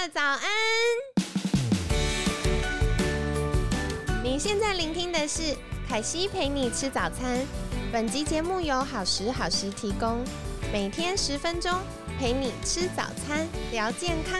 早安！你现在聆听的是凯西陪你吃早餐。本集节目由好时好食提供，每天10分钟，陪你吃早餐，聊健康。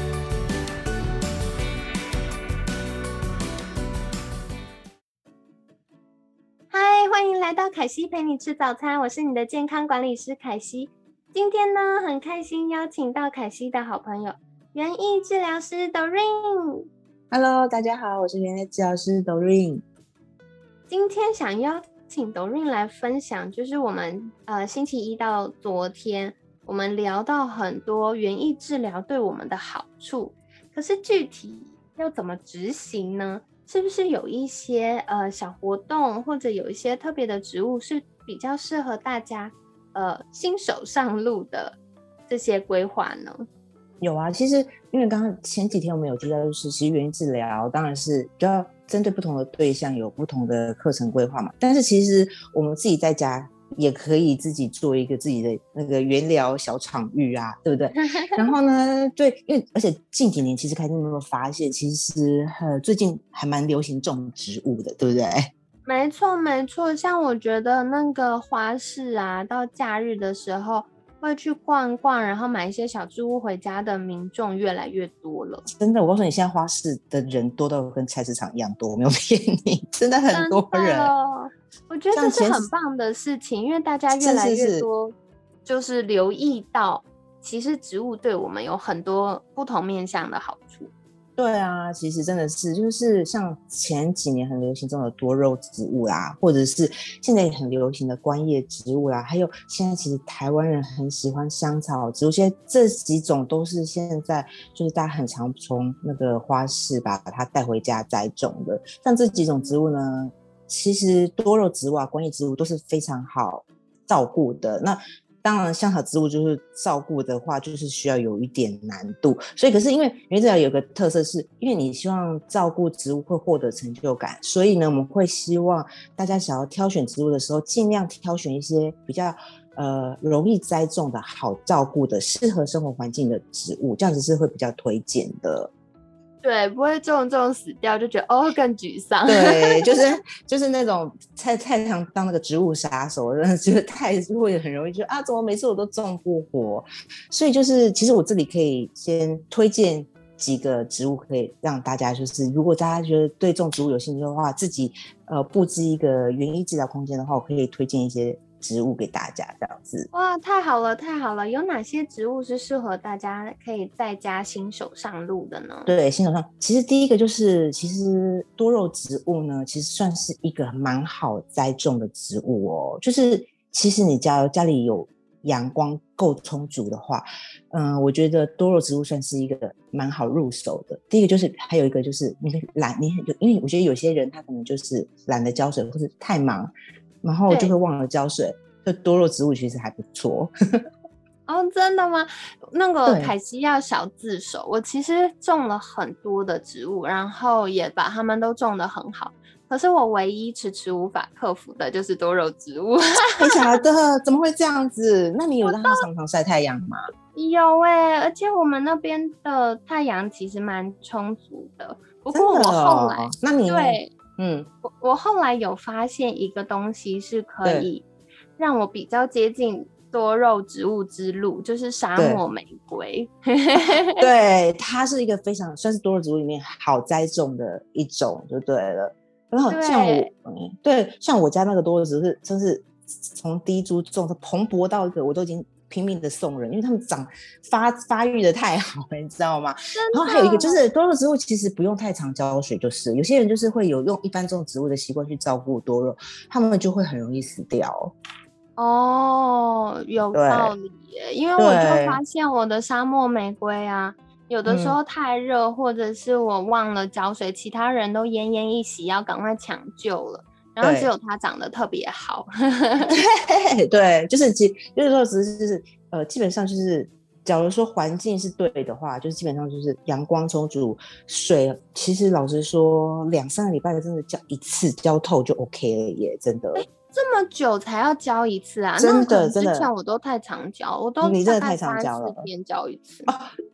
嗨，欢迎来到凯西陪你吃早餐，我是你的健康管理师凯西。今天呢，很开心邀请到凯西的好朋友园艺治疗师 Doreen。Hello， 大家好，我是园艺治疗师 Doreen。 今天想邀请 Doreen 来分享，就是我们星期一到昨天，我们聊到很多园艺治疗对我们的好处，可是具体要怎么执行呢？是不是有一些小活动，或者有一些特别的植物是比较适合大家新手上路的这些规划呢？ 有啊，其实因为刚刚前几天我们有提到，就是其实园艺治疗当然是比较针对不同的对象有不同的课程规划嘛，但是其实我们自己在家也可以自己做一个自己的那个园疗小场域啊，对不对？然后呢，对，因为而且近几年其实凯西有没有发现，其实最近还蛮流行种植物的，对不对？ 没错没错，像我觉得那个花市啊，到假日的时候会去逛逛，然后买一些小植物回家的民众越来越多了。 真的，我告诉你，现在花市的人多到跟菜市场一样多，我没有骗你，真的很多人。 我觉得这是很棒的事情，因为大家越来越多就是留意到，其实植物对我们有很多不同面向的好处。 对啊，其实真的是，就是像前几年很流行这种多肉植物啦，或者是现在也很流行的观叶植物啦，还有现在其实台湾人很喜欢香草植物，现在这几种都是现在就是大家很常从那个花市把它带回家栽种的。像这几种植物呢，其实多肉植物啊、观叶植物都是非常好照顾的。那当然香草植物就是照顾的话就是需要有一点难度，所以可是因为园艺治疗有个特色，是因为你希望照顾植物会获得成就感，所以呢我们会希望大家想要挑选植物的时候尽量挑选一些比较容易栽种的好照顾的适合生活环境的植物，这样子是会比较推荐的。 对，不会种死掉就觉得更沮丧。 对，就是那种太常当那个植物杀手，真的觉得会很容易觉得啊，怎么每次我都种不活？所以就是其实我这里可以先推荐几个植物，可以让大家就是如果大家觉得对种植物有兴趣的话，自己布置一个园艺治疗空间的话，我可以推荐一些植物给大家这样子。 哇，太好了太好了！有哪些植物是适合大家可以在家新手上路的呢？ 对，新手上其实第一个就是其实多肉植物呢其实算是一个蛮好栽种的植物哦，就是其实你家里有阳光够充足的话，我觉得多肉植物算是一个蛮好入手的。第一个就是还有一个就是你因为我觉得有些人他可能就是懒得浇水或是太忙，然后就会忘了浇水，就多肉植物其实还不错。 真的吗？那个凯西要小自首，我其实种了很多的植物，然后也把它们都种得很好，可是我唯一迟迟无法克服的就是多肉植物。 假的？怎么会这样子？那你有让它常常晒太阳吗？ 有而且我们那边的太阳其实蛮充足的。不过我后来， 那你对，我后来有发现一个东西是可以让我比较接近多肉植物之路，就是沙漠玫瑰。 对，它是一个非常算是多肉植物里面好栽种的一种就对了。然后像我家那个多肉植物真是从第一株种的蓬勃到一个我都已经拼命的送人，因为他们发育的太好了，你知道吗？然后还有一个就是多肉植物其实不用太常浇水，就是有些人就是会有用一般种植物的习惯去照顾多肉，他们就会很容易死掉。 有道理耶，因为我就发现我的沙漠玫瑰啊，有的时候太热，或者是我忘了浇水，其他人都奄奄一息要赶快抢救了，然后只有它长得特别好。 对，就是说只是就是基本上就是假如说环境是对的话，就是基本上就是阳光充足，水其实老实说2-3个礼拜真的浇一次浇透就 OK 了耶，真的。 这么久才要浇一次啊？ 真的之前我都太常浇，我都你真的太常浇了 3-4天浇一次。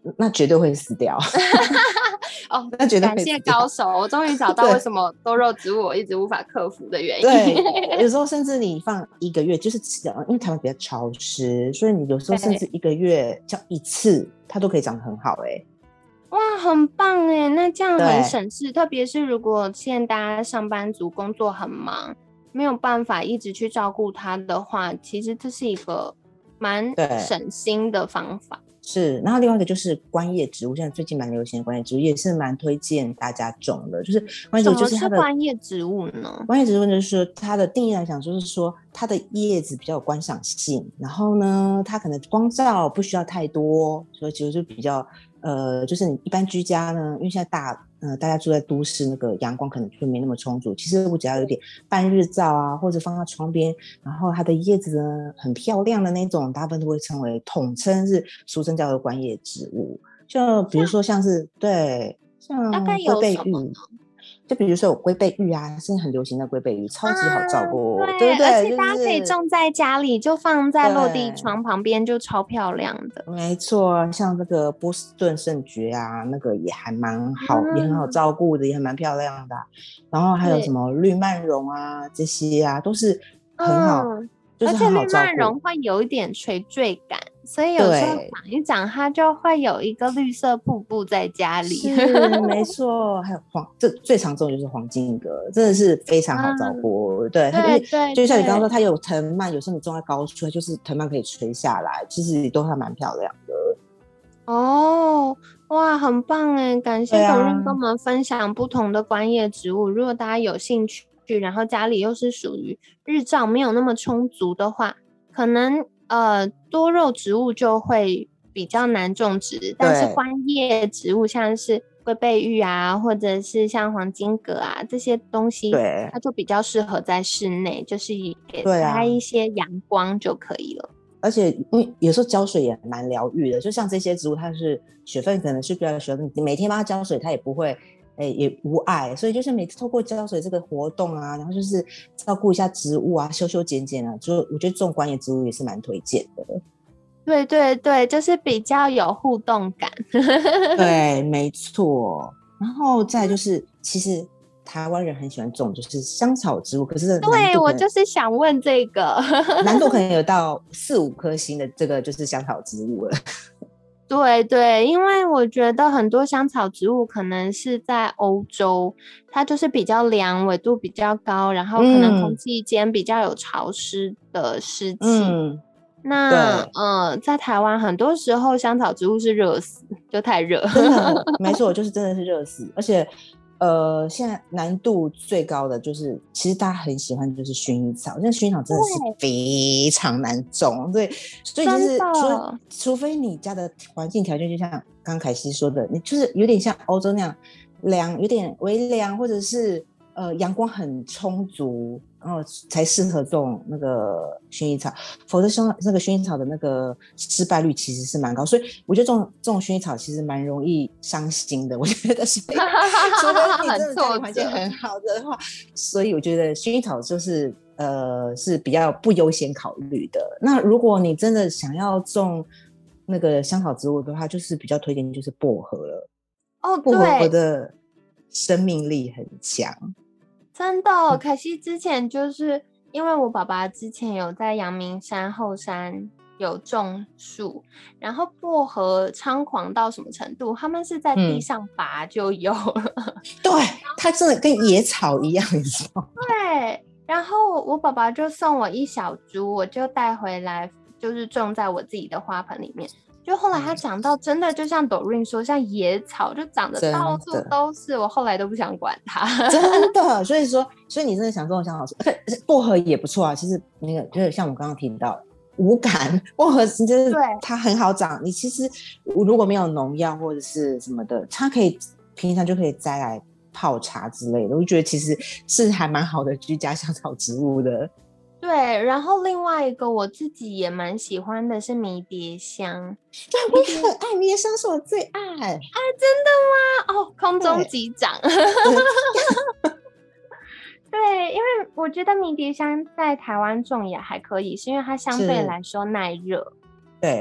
那绝对会死掉。 哦， 那绝对感谢会死掉。 高手，我终于找到为什么多肉植物我一直无法克服的原因。 对，有时候甚至你放1个月，就是因为台湾比较潮湿，所以你有时候甚至1个月浇一次，它都可以长得很好。 哇，很棒耶，那这样很对省事，特别是如果现在大家上班族工作很忙，没有办法一直去照顾它的话，其实这是一个蛮对省心的方法。 是，然后另外一个就是观叶植物，现在最近蛮流行的观叶植物，也是蛮推荐大家种的。就是观叶植什么物，就是它的观叶植物呢？ 观叶植物就是说它的定义来讲，就是说它的叶子比较有观赏性，然后呢，它可能光照不需要太多，所以其实就比较就是你一般居家呢，因为现在大家住在都市，那个阳光可能就没那么充足。其实我只要有点半日照啊，或者放在窗边，然后它的叶子呢很漂亮的那种，大部分都会统称是俗称叫做观叶植物。就比如说像是对， 大概像龟有什么背芋，就比如说有龟背芋啊，现在很流行的龟背芋，超级好照顾，对对， 不对？ 而且就大家可以是种在家里，就放在落地对。 窗旁边，就超漂亮的。 没错，像这个波士顿圣蕨啊，那个也还蛮好，也很好嗯， 照顾的，也还蛮漂亮的啊。然后还有什是， 么绿曼绒啊，这些啊，都是很好， 嗯， 就是很好而且绿照顾。 曼绒会有一点垂坠感，所以有时候对， 长一长，它就会有一个绿色瀑布在家里。 是没错。还有这最常见的就是黄金葛，真的是非常好照嗯， 顾。对，而且对对就像你刚刚说， 对， 它有藤蔓，有时候你种在高处，它就是藤蔓可以垂下来，其实都还蛮漂亮的。 哦，哇，很棒哎！感谢对董润跟我啊， 们分享不同的观叶植物。如果大家有兴趣，然后家里又是属于日照没有那么充足的话，可能多肉植物就会比较难种植，但是对观叶植物像是龟背芋啊，或者是像黄金葛啊这些东西， 对它就比较适合在室内，就是给对啊。 它一些阳光就可以了。 而且因为有时候浇水也蛮疗愈的，就像这些植物，它是水分可能是比较水分，你每天帮它浇水，它也不会，也无碍。所以就是每次透过浇水这个活动啊，然后就是照顾一下植物啊，修修剪剪啊，就我觉得种观叶植物也是蛮推荐的。 对对对，就是比较有互动感。 对，没错。然后再来就是，其实台湾人很喜欢种就是香草植物，可是难对， 度可能我就是想问这个。 难度可能有到4、5颗星的这个就是香草植物了。 对对，因为我觉得很多香草植物可能是在欧洲，它就是比较凉，纬度比较高，然后可能空嗯气间比较有潮湿的湿气。 嗯， 那对。 在台湾很多时候香草植物是热死，就太热。 真的没错，就是真的是热死。而且现在难度最高的就是其实大家很喜欢就是薰衣草，那薰衣草真的是对， 非常难种。对，所以就真是的。 除非你家的环境条件就像刚刚凯西说的，你就是有点像欧洲那样凉，有点微凉，或者是阳光很充足，然后才适合种那个薰衣草。否则那个薰衣草的那个失败率其实是蛮高，所以我觉得种薰衣草其实蛮容易伤心的。我觉得，所以除非你真的家里环境很好的话，所以我觉得薰衣草就是是比较不优先考虑的。那如果你真的想要种那个香草植物的话，就是比较推荐就是薄荷了。 哦， 薄荷对， 的生命力很强。 真的，可惜之前就是因为我爸爸之前有在阳明山后山有种树，然后薄荷猖狂到什么程度？他们是在地上拔就有了。 对，它真的跟野草一样，你知道吗？ 对，然后我爸爸就送我一小株，我就带回来，就是种在我自己的花盆里面。就后来它长到真的就像 Doreen 说，像野草，就长得到处真的， 都是。我后来都不想管它。 真的。所以你真的想种香草树，薄荷也不错啊。其实那个就是像我刚刚提到无感薄荷，就是对， 它很好长。你其实如果没有农药或者是什么的，它可以平常就可以摘来泡茶之类的。我觉得其实是还蛮好的居家香草植物的。 对，然后另外一个我自己也蛮喜欢的是迷迭香。 对，我也很爱迷迭香，是我最爱。 哎，真的吗？哦，空中对， 击掌。对，因为我觉得迷迭香在台湾种也还可以，是因为它相对是， 来说耐热。 对。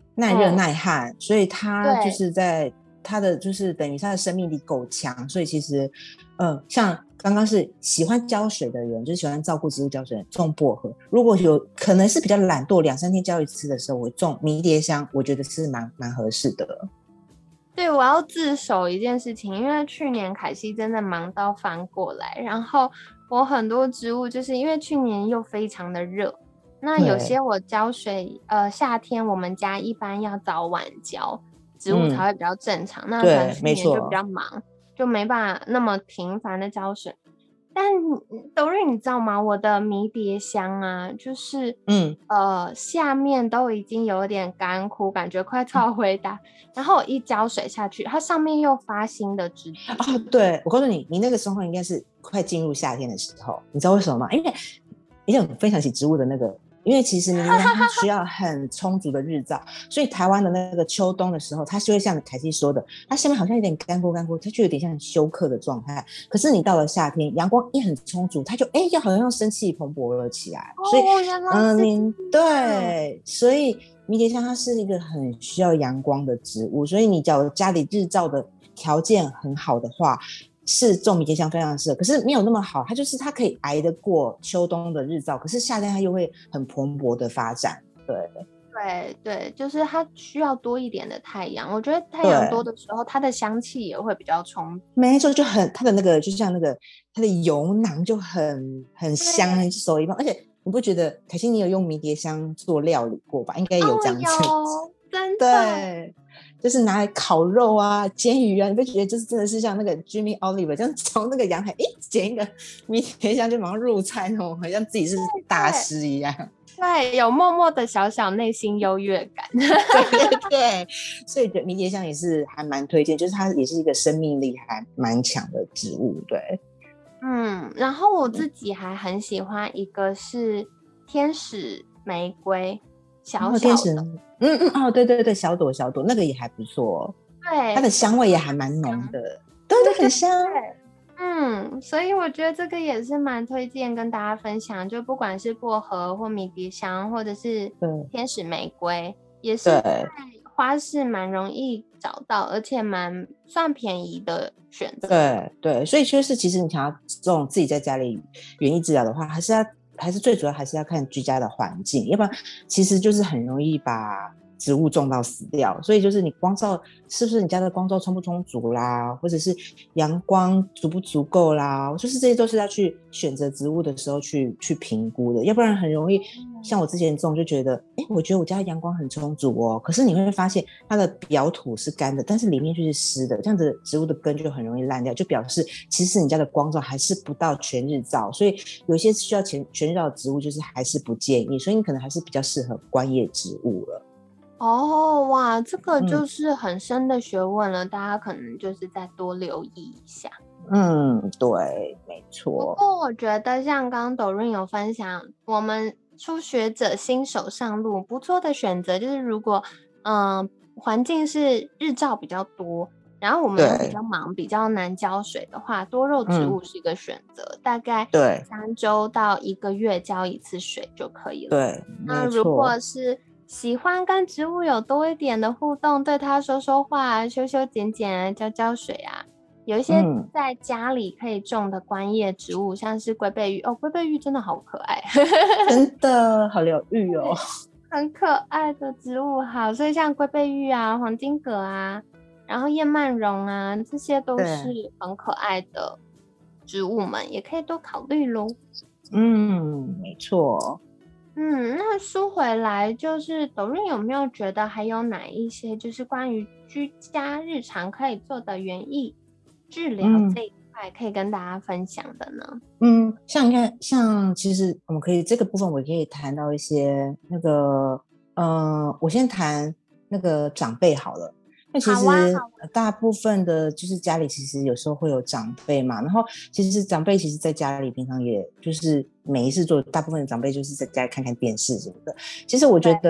耐热耐旱，所以它就对， 是在它的就是等于它的生命力够强，所以其实像刚刚是喜欢浇水的人，就是喜欢照顾植物浇水的人种薄荷，如果有可能是比较懒惰2-3天浇一次的时候，我种迷迭香，我觉得是蛮合适的。 对，我要自首一件事情，因为去年凯西真的忙到翻过来，然后我很多植物就是因为去年又非常的热，那有对， 些我浇水，夏天我们家一般要早晚浇，植物才嗯， 会比较正常。那可能对， 去年就比没错， 较忙，就没办法那么频繁的浇水。但德瑞，你知道吗？我的迷迭香啊，就是嗯。 下面都已经有点干枯，感觉快要回答。然后我一浇水下去，它上面又发新的枝条。 哦，对，我告诉你，你那个时候应该是快进入夏天的时候，你知道为什么吗？因为我分享起植物的那个，因为其实迷迭香它需要很充足的日照，所以台湾的那个秋冬的时候，它就会像凯西说的，它下面好像有点干枯，它就有点像休克的状态。可是你到了夏天，阳光一很充足，它就要好像生气蓬勃了起来。所以， 哦，原来是这样。 对，所以迷迭香它是一个很需要阳光的植物，所以你只要家里日照的条件很好的话，是种迷迭香非常适合。可是没有那么好，它可以挨得过秋冬的日照，可是夏天它又会很蓬勃的发展。对对对，就是它需要多一点的太阳。我觉得太阳多对， 的时候，它的香气也会比较充足。 没错，就很它的那个就像那个它的油囊就很香， 对， 很手一棒。而且你不觉得凯西你有用迷迭香做料理过吧？应该哦， 有这样子。 有，真的。 对，就是拿来烤肉啊、煎鱼啊，你不觉得就是真的是像那个 Jimmy Oliver 这样从那个阳台捡一个迷迭香就马上入菜那种，好像自己是大对师一样。 对，有默默的小小内心优越感。 对对对，所以迷迭香也是还蛮推荐，就是它也是一个生命力还蛮强的植物。对， 然后我自己还很喜欢一个是天使玫瑰，小天使， 小的。 哦，对对对，小朵小朵那个也还不错，它对， 的香味也还蛮浓的，对对，很香。 所以我觉得这个也是蛮推荐跟大家分享，就不管是薄荷或迷迭香，或者是对天使玫瑰，也是在对花市蛮容易找到，而且蛮算便宜的选择。 对对，所以就是其实你想要这种自己在家里园艺治疗的话，还是最主要还是要看居家的环境，要不然其实就是很容易把植物种到死掉。所以就是你光照是不是你家的光照充不充足啦，或者是阳光足不足够啦，就是这些都是要去选择植物的时候去评估的，要不然很容易像我之前种就觉得，我觉得我家阳光很充足哦，可是你会发现它的表土是干的，但是里面就是湿的，这样子植物的根就很容易烂掉，就表示其实你家的光照还是不到全日照，所以有些需要全日照的植物就是还是不建议，所以你可能还是比较适合观叶植物了。 哦，哇，这个就是很深的学问了，大家可能就是再多留意一下。 对，没不错。 过我觉得像刚刚Doreen有分享，我们初学者新手上路不错的选择，就是如果环境是日照比较多，然后我们又比对， 较忙，比较难浇水的话，多肉植物是一个选择，大概对 3周到1个月浇一次水就可以了。 对， 那如没错。 果是喜欢跟植物有多一点的互动，对它说说话、修修剪剪、浇水啊，有一些在家里可以种的观叶植物，像是龟背芋。哦，龟背芋真的好可爱， 真的好疗愈哦。 很可爱的植物。好，所以像龟背芋啊、黄金葛啊，然后燕麦榕啊，这些都是对， 很可爱的植物们，也可以多考虑咯。 没错。 那说回来，就是抖音有没有觉得还有哪一些就是关于居家日常可以做的园艺治疗这一块可以跟大家分享的呢？ 像你看，像其实我们可以这个部分，我可以谈到一些那个，我先谈那个长辈好了。那其好啊， 实大部分的就是家里其实有时候会有长辈嘛，然后其实长辈其实在家里平常也就是没事做，大部分的长辈就是在家里看看电视什么的。其实我觉得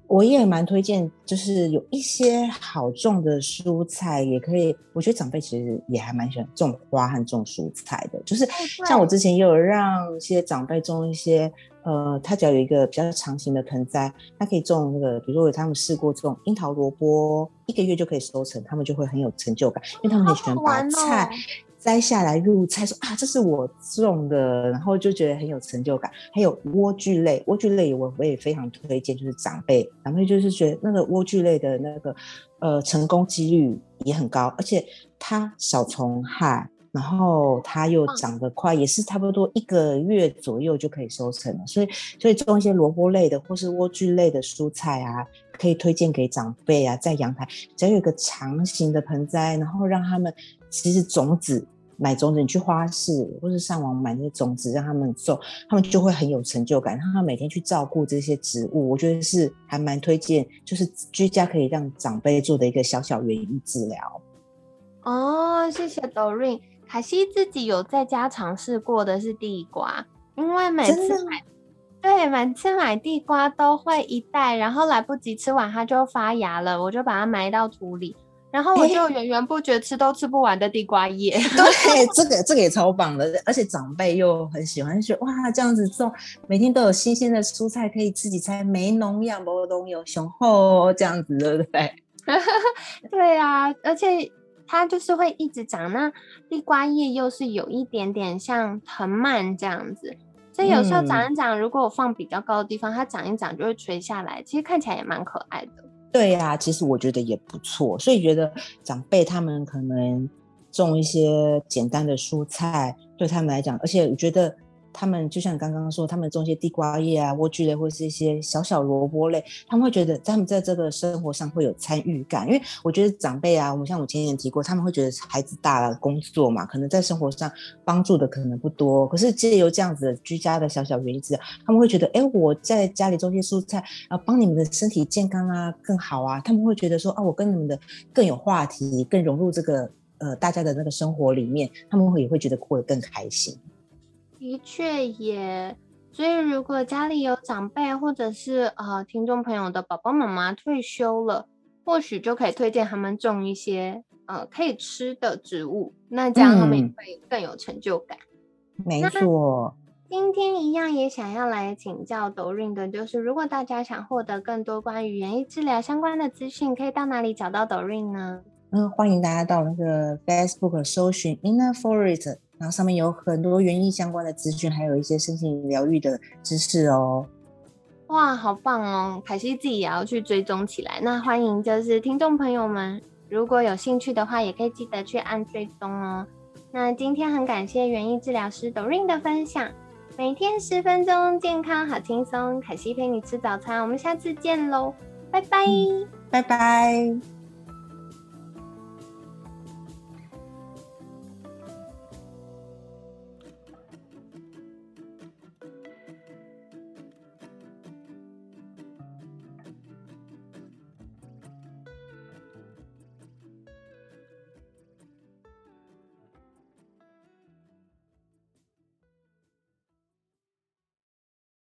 我也蛮推荐，就是有一些好种的蔬菜，也可以。我觉得长辈其实也还蛮喜欢种花和种蔬菜的，就是像我之前也有让一些长辈种一些，他只要有一个比较长形的盆栽，他可以种那个，比如说他们试过种樱桃萝卜，1个月就可以收成，他们就会很有成就感，因为他们很喜欢把菜摘下来入菜，说啊这是我种的，然后就觉得很有成就感。还有莴苣类，莴苣类我也非常推荐，就是长辈就是觉得那个莴苣类的那个成功几率也很高，而且它少虫害，然后它又长得快，也是差不多1个月左右就可以收成了。所以种一些萝卜类的或是莴苣类的蔬菜啊，可以推荐给长辈啊，在阳台只要有一个长形的盆栽，然后让他们其实买种子，你去花市或是上网买那些种子让他们种，他们就会很有成就感，让他们每天去照顾这些植物。我觉得是还蛮推荐，就是居家可以让长辈做的一个小小园艺治疗。 哦，谢谢 Doreen。凯西自己有在家尝试过的是地瓜，因为每次买地瓜都会一袋，然后来不及吃完它就发芽了，我就把它埋到土里，然后我就源源不绝吃都吃不完的地瓜叶。 对，这个也超棒的，而且长辈又很喜欢，就觉得哇，这样子种，每天都有新鲜的蔬菜可以自己摘，没农药，没农药，雄厚这样子，对不对？ 对啊，而且它就是会一直长，那地瓜叶又是有一点点像藤蔓这样子，所以有时候长一长，如果我放比较高的地方，它长一长就会垂下来，其实看起来也蛮可爱的。 对呀，其实我觉得也不错，所以觉得长辈他们可能种一些简单的蔬菜，对他们来讲，而且我觉得他们就像刚刚说，他们种一些地瓜叶啊、莴苣类或是一些小小萝卜类，他们会觉得他们在这个生活上会有参与感。因为我觉得长辈啊，像我前面提过，他们会觉得孩子大了，工作嘛，可能在生活上帮助的可能不多，可是借由这样子的居家的小小园艺治疗，他们会觉得，我在家里种些蔬菜啊，帮你们的身体健康啊更好啊，他们会觉得说啊，我跟你们的更有话题，更融入这个大家的那个生活里面，他们也会觉得过得更开心。 的确也，所以如果家里有长辈或者是听众朋友的爸爸妈妈退休了，或许就可以推荐他们种一些可以吃的植物，那这样他们也会更有成就感。 没错。 今天一样也想要来请教 Doreen 的就是，如果大家想获得更多关于园艺治疗相关的资讯，可以到哪里找到 Doreen 呢？ 欢迎大家到那个 Facebook 搜寻 Inner Forest， 然后上面有很多园艺相关的资讯，还有一些身心疗愈的知识哦。 哇，好棒哦！凯西自己也要去追踪起来。那欢迎就是听众朋友们，如果有兴趣的话，也可以记得去按追踪哦。那今天很感谢园艺治疗师 Doreen 的分享，每天10分钟，健康好轻松。凯西陪你吃早餐，我们下次见喽，拜拜， 拜拜。